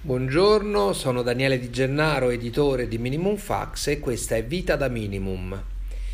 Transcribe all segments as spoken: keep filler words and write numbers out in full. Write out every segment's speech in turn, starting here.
Buongiorno, sono Daniele Di Gennaro, editore di Minimum Fax e questa è Vita da Minimum.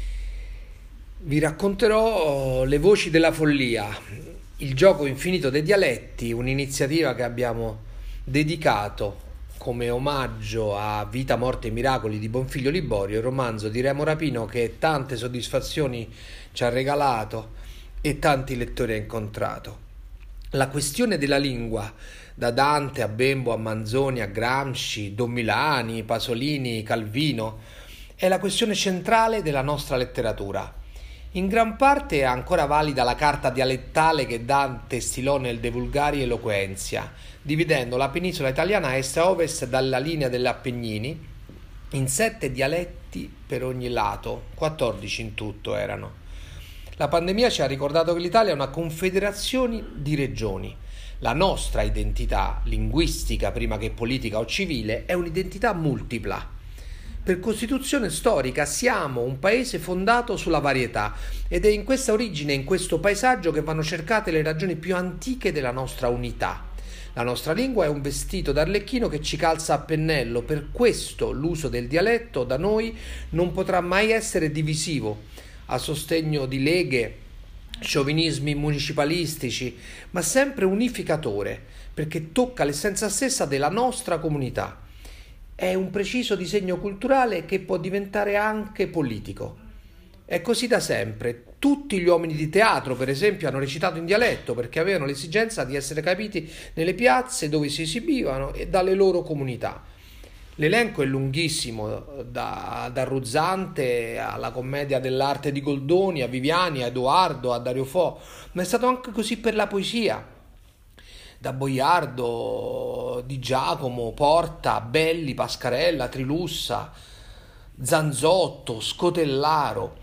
Vi racconterò Le voci della follia, il gioco infinito dei dialetti, un'iniziativa che abbiamo dedicato come omaggio a Vita, Morte e Miracoli di Bonfiglio Liborio, il romanzo di Remo Rapino che tante soddisfazioni ci ha regalato e tanti lettori ha incontrato. La questione della lingua, da Dante a Bembo a Manzoni a Gramsci, Don Milani, Pasolini, Calvino, è la questione centrale della nostra letteratura. In gran parte è ancora valida la carta dialettale che Dante stilò nel De Vulgari Eloquentia, dividendo la penisola italiana a est a ovest dalla linea degli Appennini in sette dialetti per ogni lato, quattordici in tutto erano. La pandemia ci ha ricordato che l'Italia è una confederazione di regioni. La nostra identità, linguistica prima che politica o civile, è un'identità multipla. Per costituzione storica siamo un paese fondato sulla varietà ed è in questa origine, in questo paesaggio che vanno cercate le ragioni più antiche della nostra unità. La nostra lingua è un vestito d'arlecchino che ci calza a pennello, per questo l'uso del dialetto da noi non potrà mai essere divisivo, a sostegno di leghe, sciovinismi municipalistici, ma sempre unificatore, perché tocca l'essenza stessa della nostra comunità. È un preciso disegno culturale che può diventare anche politico. È così da sempre. Tutti gli uomini di teatro, per esempio, hanno recitato in dialetto perché avevano l'esigenza di essere capiti nelle piazze dove si esibivano e dalle loro comunità. L'elenco è lunghissimo, da, da Ruzzante alla commedia dell'arte di Goldoni, a Viviani, a Edoardo, a Dario Fo, ma è stato anche così per la poesia, da Boiardo, Di Giacomo, Porta, Belli, Pascarella, Trilussa, Zanzotto, Scotellaro.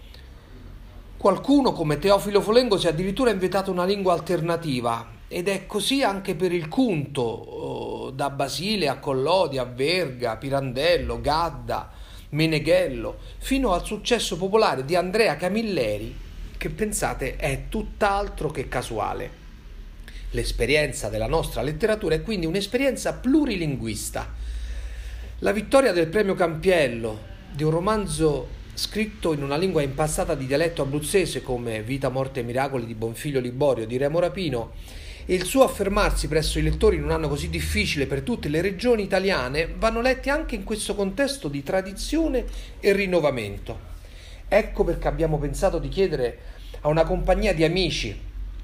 Qualcuno come Teofilo Folengo si è addirittura inventato una lingua alternativa, ed è così anche per il cunto, da Basile a Collodi, a Verga, Pirandello, Gadda, Meneghello, fino al successo popolare di Andrea Camilleri, che pensate è tutt'altro che casuale. L'esperienza della nostra letteratura è quindi un'esperienza plurilinguista. La vittoria del premio Campiello di un romanzo scritto in una lingua impastata di dialetto abruzzese come Vita, Morte e Miracoli di Bonfiglio Liborio di Remo Rapino e il suo affermarsi presso i lettori in un anno così difficile per tutte le regioni italiane vanno letti anche in questo contesto di tradizione e rinnovamento. Ecco perché abbiamo pensato di chiedere a una compagnia di amici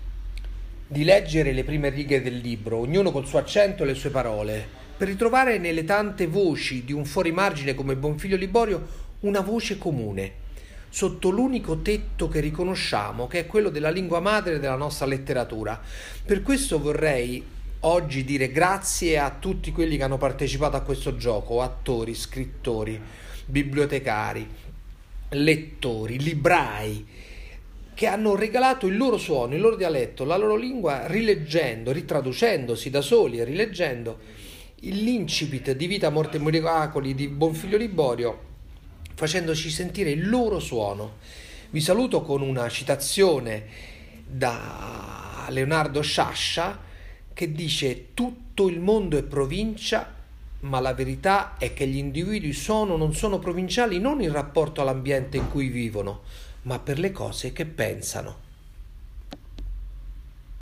di leggere le prime righe del libro, ognuno col suo accento e le sue parole, per ritrovare nelle tante voci di un fuorimargine come Bonfiglio Liborio una voce comune, sotto l'unico tetto che riconosciamo, che è quello della lingua madre della nostra letteratura. Per questo vorrei oggi dire grazie a tutti quelli che hanno partecipato a questo gioco, attori, scrittori, bibliotecari, lettori, librai, che hanno regalato il loro suono, il loro dialetto, la loro lingua, rileggendo, ritraducendosi da soli e rileggendo l'incipit di Vita, Morte e Miracoli di Bonfiglio Liborio, facendoci sentire il loro suono. Vi saluto con una citazione da Leonardo Sciascia che dice: tutto il mondo è provincia, ma la verità è che gli individui sono o non sono provinciali non in rapporto all'ambiente in cui vivono, ma per le cose che pensano.